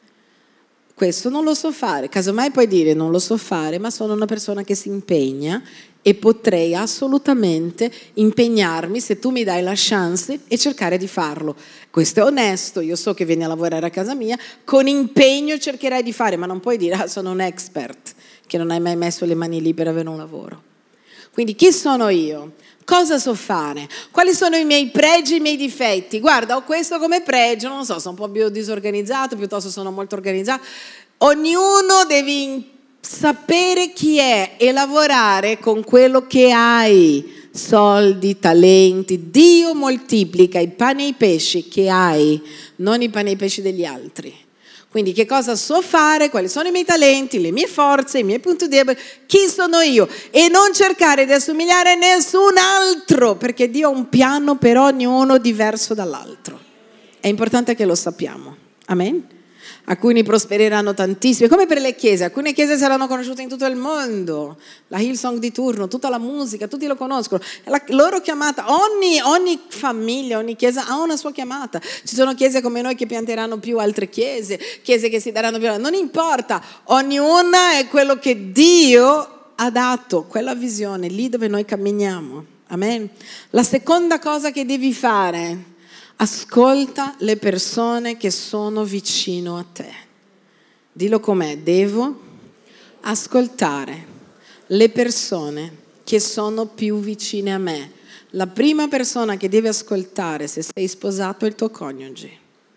Questo non lo so fare. Casomai puoi dire: non lo so fare, ma sono una persona che si impegna e potrei assolutamente impegnarmi se tu mi dai la chance e cercare di farlo. Questo è onesto, io so che vieni a lavorare a casa mia, con impegno cercherai di fare, ma non puoi dire: ah, sono un expert, che non hai mai messo le mani lì per avere un lavoro. Quindi chi sono io? Cosa so fare? Quali sono i miei pregi e i miei difetti? Guarda, ho questo come pregio, non so, sono un po' più disorganizzato, piuttosto sono molto organizzato. Ognuno deve sapere chi è e lavorare con quello che hai. Soldi, talenti. Dio moltiplica i pani e i pesci che hai, non i pani e i pesci degli altri. Quindi che cosa so fare, quali sono i miei talenti, le mie forze, i miei punti deboli, chi sono io, e non cercare di assomigliare a nessun altro, perché Dio ha un piano per ognuno diverso dall'altro. È importante che lo sappiamo. Amen? Alcuni prospereranno tantissimo, come per le chiese, alcune chiese saranno conosciute in tutto il mondo, la Hillsong di turno, tutta la musica, tutti lo conoscono, la loro chiamata, ogni, ogni famiglia, ogni chiesa ha una sua chiamata. Ci sono chiese come noi che pianteranno più altre chiese, chiese che si daranno più, non importa, ognuna è quello che Dio ha dato, quella visione, lì dove noi camminiamo. Amen. La seconda cosa che devi fare: ascolta le persone che sono vicino a te. Dillo com'è: devo ascoltare le persone che sono più vicine a me. La prima persona che devi ascoltare se sei sposato è il tuo coniuge.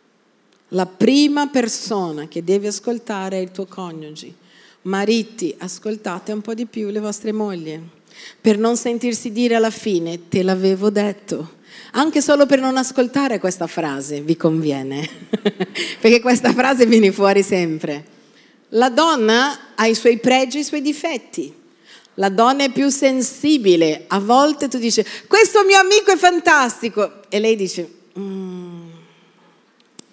La prima persona che devi ascoltare è il tuo coniuge. Mariti, ascoltate un po' di più le vostre mogli, per non sentirsi dire alla fine: te l'avevo detto. Anche solo per non ascoltare questa frase vi conviene, perché questa frase viene fuori sempre. La donna ha i suoi pregi e i suoi difetti. La donna è più sensibile. A volte tu dici: questo mio amico è fantastico, e lei dice: mm,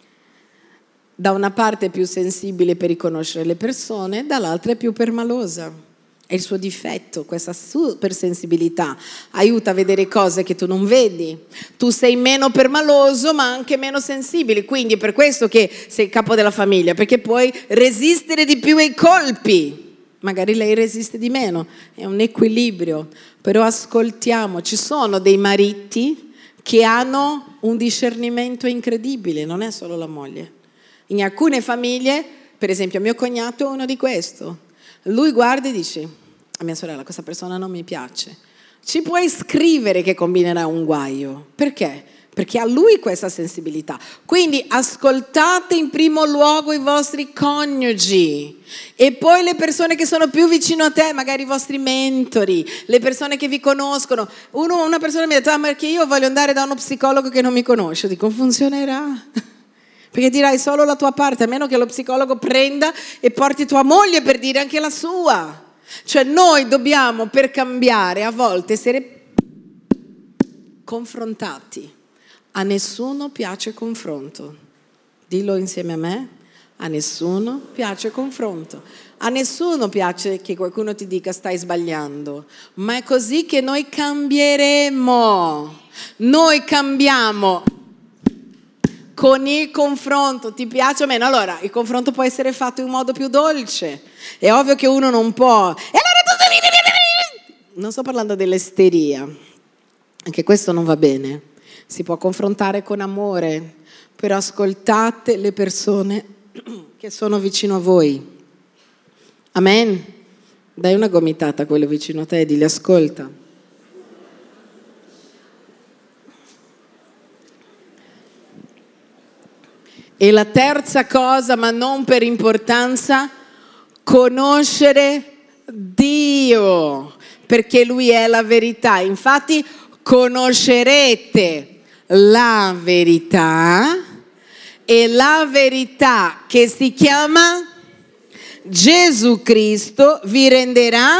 da una parte è più sensibile per riconoscere le persone, dall'altra è più permalosa. È il suo difetto, questa supersensibilità aiuta a vedere cose che tu non vedi. Tu sei meno permaloso ma anche meno sensibile, quindi è per questo che sei il capo della famiglia, perché puoi resistere di più ai colpi. Magari lei resiste di meno, è un equilibrio. Però ascoltiamo, ci sono dei mariti che hanno un discernimento incredibile, non è solo la moglie. In alcune famiglie, per esempio mio cognato è uno di questo. Lui guarda e dice: a mia sorella questa persona non mi piace. Ci puoi scrivere che combinerà un guaio. Perché? Perché ha lui questa sensibilità. Quindi ascoltate in primo luogo i vostri coniugi e poi le persone che sono più vicino a te, magari i vostri mentori, le persone che vi conoscono. Uno, una persona mi ha detto: ah, perché io voglio andare da uno psicologo che non mi conosce. Dico: funzionerà? Perché dirai solo la tua parte, a meno che lo psicologo prenda e porti tua moglie per dire anche la sua. Cioè noi dobbiamo, per cambiare, a volte essere confrontati. A nessuno piace confronto. Dillo insieme a me: a nessuno piace confronto. A nessuno piace che qualcuno ti dica stai sbagliando, ma è così che noi cambieremo. Noi cambiamo con il confronto. Ti piace o meno? Allora, il confronto può essere fatto in un modo più dolce. È ovvio che uno non può. E allora tu devi... Non sto parlando dell'isteria, anche questo non va bene. Si può confrontare con amore, però ascoltate le persone che sono vicino a voi. Amen? Dai una gomitata a quello vicino a te e digli: ascolta. E la terza cosa, ma non per importanza, conoscere Dio, perché Lui è la verità. Infatti conoscerete la verità e la verità, che si chiama Gesù Cristo, vi renderà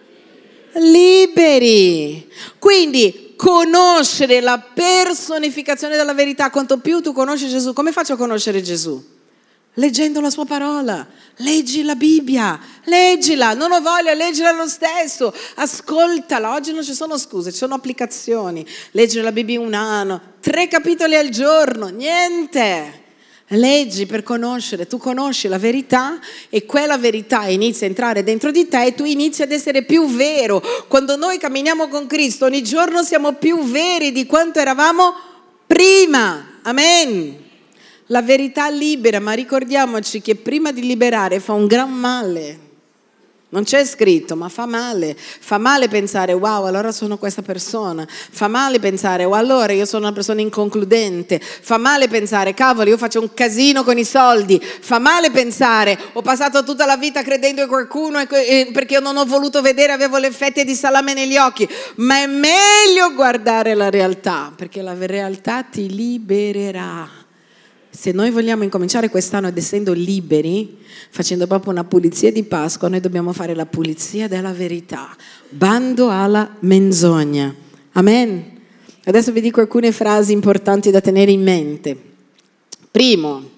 liberi. Quindi conoscere la personificazione della verità. Quanto più tu conosci Gesù, come faccio a conoscere Gesù? Leggendo la sua parola. Leggi la Bibbia, leggila, non ho voglia, leggila lo stesso, ascoltala. Oggi non ci sono scuse, ci sono applicazioni. Leggere la Bibbia un anno, tre capitoli al giorno, niente. Leggi per conoscere, tu conosci la verità e quella verità inizia a entrare dentro di te e tu inizi ad essere più vero. Quando noi camminiamo con Cristo ogni giorno siamo più veri di quanto eravamo prima. Amen. La verità libera, ma ricordiamoci che prima di liberare fa un gran male. Non c'è scritto, ma fa male. Fa male pensare: wow, allora sono questa persona. Fa male pensare: wow, allora io sono una persona inconcludente. Fa male pensare: cavolo, io faccio un casino con i soldi. Fa male pensare: ho passato tutta la vita credendo in qualcuno perché io non ho voluto vedere, avevo le fette di salame negli occhi. Ma è meglio guardare la realtà, perché la realtà ti libererà. Se noi vogliamo incominciare quest'anno ed essendo liberi, facendo proprio una pulizia di Pasqua, noi dobbiamo fare la pulizia della verità. Bando alla menzogna. Amen. Adesso vi dico alcune frasi importanti da tenere in mente. Primo,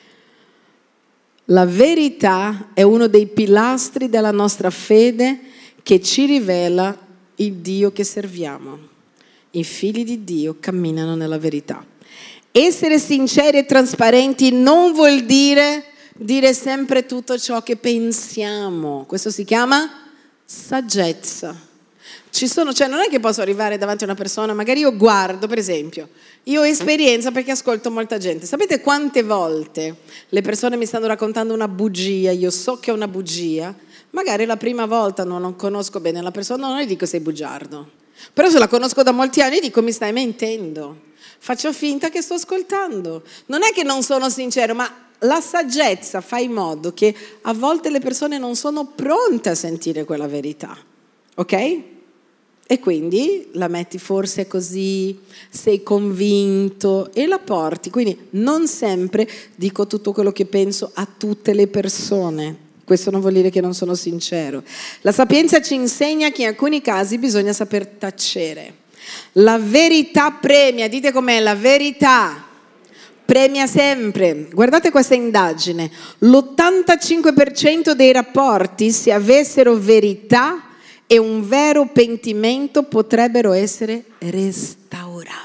la verità è uno dei pilastri della nostra fede che ci rivela il Dio che serviamo. I figli di Dio camminano nella verità. Essere sinceri e trasparenti non vuol dire dire sempre tutto ciò che pensiamo. Questo si chiama saggezza. Ci sono, cioè non è che posso arrivare davanti a una persona, magari io guardo, per esempio, io ho esperienza perché ascolto molta gente. Sapete quante volte le persone mi stanno raccontando una bugia, io so che è una bugia, magari la prima volta non, non conosco bene la persona, non gli dico sei bugiardo. Però se la conosco da molti anni dico mi stai mentendo. Faccio finta che sto ascoltando. Non è che non sono sincero, ma la saggezza fa in modo che a volte le persone non sono pronte a sentire quella verità. Ok? E quindi la metti forse così, sei convinto e la porti. Quindi non sempre dico tutto quello che penso a tutte le persone. Questo non vuol dire che non sono sincero. La sapienza ci insegna che in alcuni casi bisogna saper tacere. La verità premia, dite com'è, la verità premia sempre. Guardate questa indagine, l'ottantacinque per cento dei rapporti, se avessero verità e un vero pentimento, potrebbero essere restaurati.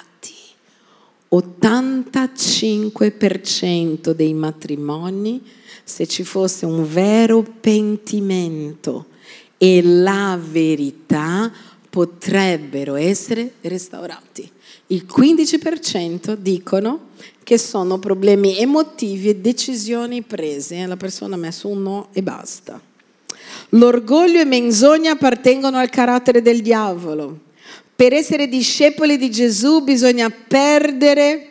ottantacinque per cento dei matrimoni, se ci fosse un vero pentimento e la verità, potrebbero essere restaurati. Il quindici per cento dicono che sono problemi emotivi e decisioni prese. La persona ha messo un no e basta. L'orgoglio e menzogna appartengono al carattere del diavolo. Per essere discepoli di Gesù bisogna perdere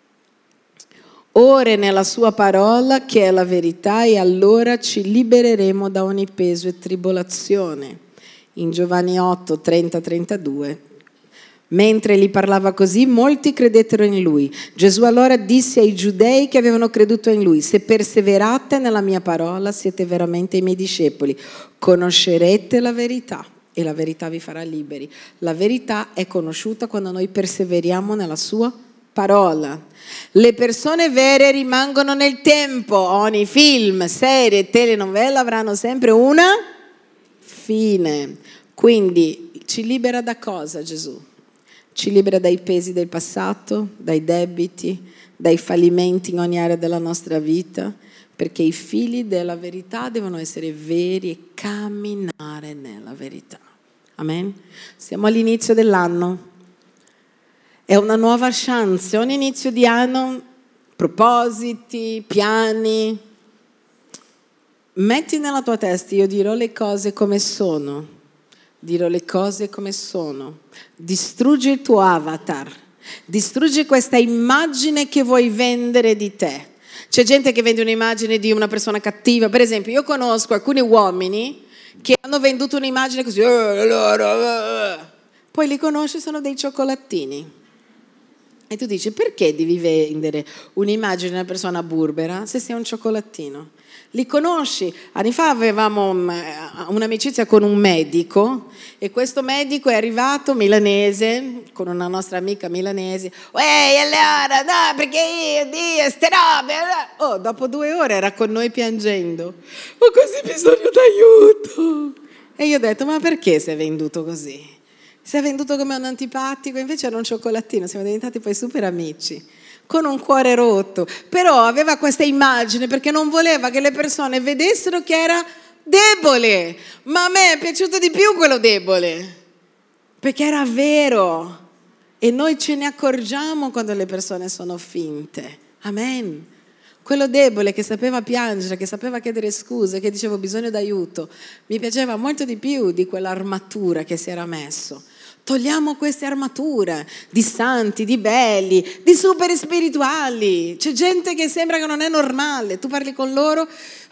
ore nella sua parola, che è la verità, e allora ci libereremo da ogni peso e tribolazione. In Giovanni otto, trenta trentadue. Mentre gli parlava così, molti credettero in lui. Gesù allora disse ai giudei che avevano creduto in lui: se perseverate nella mia parola, siete veramente i miei discepoli. Conoscerete la verità e la verità vi farà liberi. La verità è conosciuta quando noi perseveriamo nella sua parola. Le persone vere rimangono nel tempo. Ogni film, serie, telenovela avranno sempre una fine. Quindi ci libera da cosa Gesù? Ci libera dai pesi del passato, dai debiti, dai fallimenti in ogni area della nostra vita, perché i figli della verità devono essere veri e camminare nella verità. Amen? Siamo all'inizio dell'anno. È una nuova chance. Ogni inizio di anno, propositi, piani. Metti nella tua testa: io dirò le cose come sono. Dirò le cose come sono. Distruggi il tuo avatar. Distruggi questa immagine che vuoi vendere di te. C'è gente che vende un'immagine di una persona cattiva. Per esempio, io conosco alcuni uomini che hanno venduto un'immagine così. Poi li conosci, sono dei cioccolatini. E tu dici: perché devi vendere un'immagine di una persona burbera se sei un cioccolatino? Li conosci? Anni fa avevamo un'amicizia con un medico, e questo medico è arrivato milanese, con una nostra amica milanese. Ehi, allora, no, perché io, Dio, ste robe. Oh, dopo due ore era con noi piangendo. Ho così bisogno d'aiuto. E io ho detto: ma perché sei venduto così? Si è venduto come un antipatico, invece era un cioccolatino. Siamo diventati poi super amici, con un cuore rotto. Però aveva questa immagine perché non voleva che le persone vedessero che era debole. Ma a me è piaciuto di più quello debole, perché era vero. E noi ce ne accorgiamo quando le persone sono finte. Amen. Quello debole che sapeva piangere, che sapeva chiedere scuse, che diceva: ho bisogno d'aiuto, mi piaceva molto di più di quell'armatura che si era messo. Togliamo queste armature di santi, di belli, di super spirituali. C'è gente che sembra che non è normale. Tu parli con loro,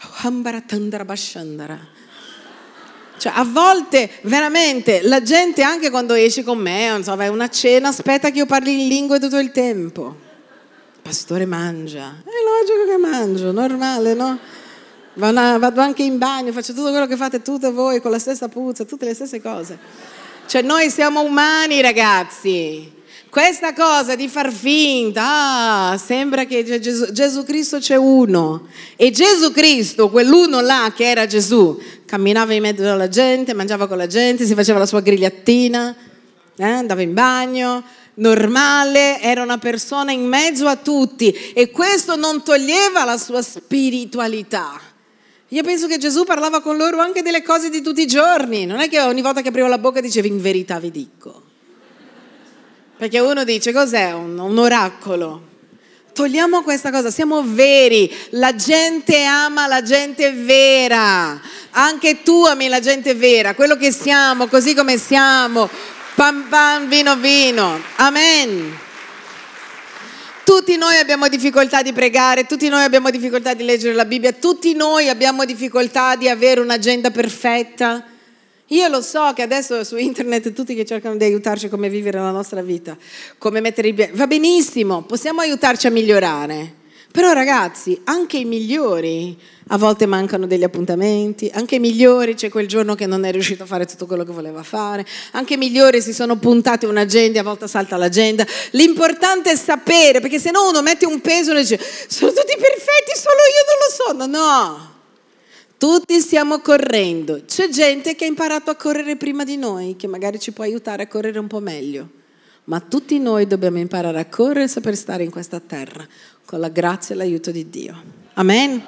cioè a volte veramente la gente, anche quando esci con me, non so, vai a una cena, aspetta che io parli in lingue tutto il tempo. Pastore mangia, è logico che mangio, normale, no? Vado anche in bagno, faccio tutto quello che fate tutte voi con la stessa puzza, tutte le stesse cose. Cioè noi siamo umani, ragazzi. Questa cosa di far finta, ah, sembra che Gesù, Gesù Cristo c'è uno. E Gesù Cristo, quell'uno là che era Gesù, camminava in mezzo alla gente, mangiava con la gente, si faceva la sua grigliatina, eh, andava in bagno, normale, era una persona in mezzo a tutti. E questo non toglieva la sua spiritualità. Io penso che Gesù parlava con loro anche delle cose di tutti i giorni. Non è che ogni volta che apriva la bocca diceva: in verità vi dico. Perché uno dice: cos'è un, un oracolo? Togliamo questa cosa, siamo veri. La gente ama la gente vera. Anche tu ami la gente vera, quello che siamo, così come siamo. Pam pam, vino vino. Amen. Tutti noi abbiamo difficoltà di pregare, tutti noi abbiamo difficoltà di leggere la Bibbia, tutti noi abbiamo difficoltà di avere un'agenda perfetta. Io lo so che adesso su internet tutti che cercano di aiutarci come vivere la nostra vita, come mettere il bene, va benissimo, possiamo aiutarci a migliorare. Però ragazzi, anche i migliori a volte mancano degli appuntamenti, anche i migliori c'è quel giorno che non è riuscito a fare tutto quello che voleva fare, anche i migliori si sono puntati un'agenda e a volte salta l'agenda. L'importante è sapere, perché se no uno mette un peso e dice sono tutti perfetti, solo io non lo sono. No, tutti stiamo correndo. C'è gente che ha imparato a correre prima di noi, che magari ci può aiutare a correre un po' meglio. Ma tutti noi dobbiamo imparare a correre e saper stare in questa terra con la grazia e l'aiuto di Dio. Amen.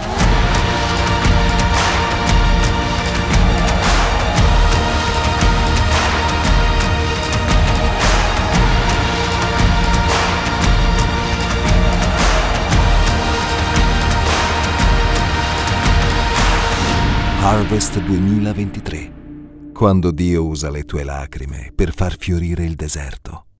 Harvest duemilaventitré. Quando Dio usa le tue lacrime per far fiorire il deserto.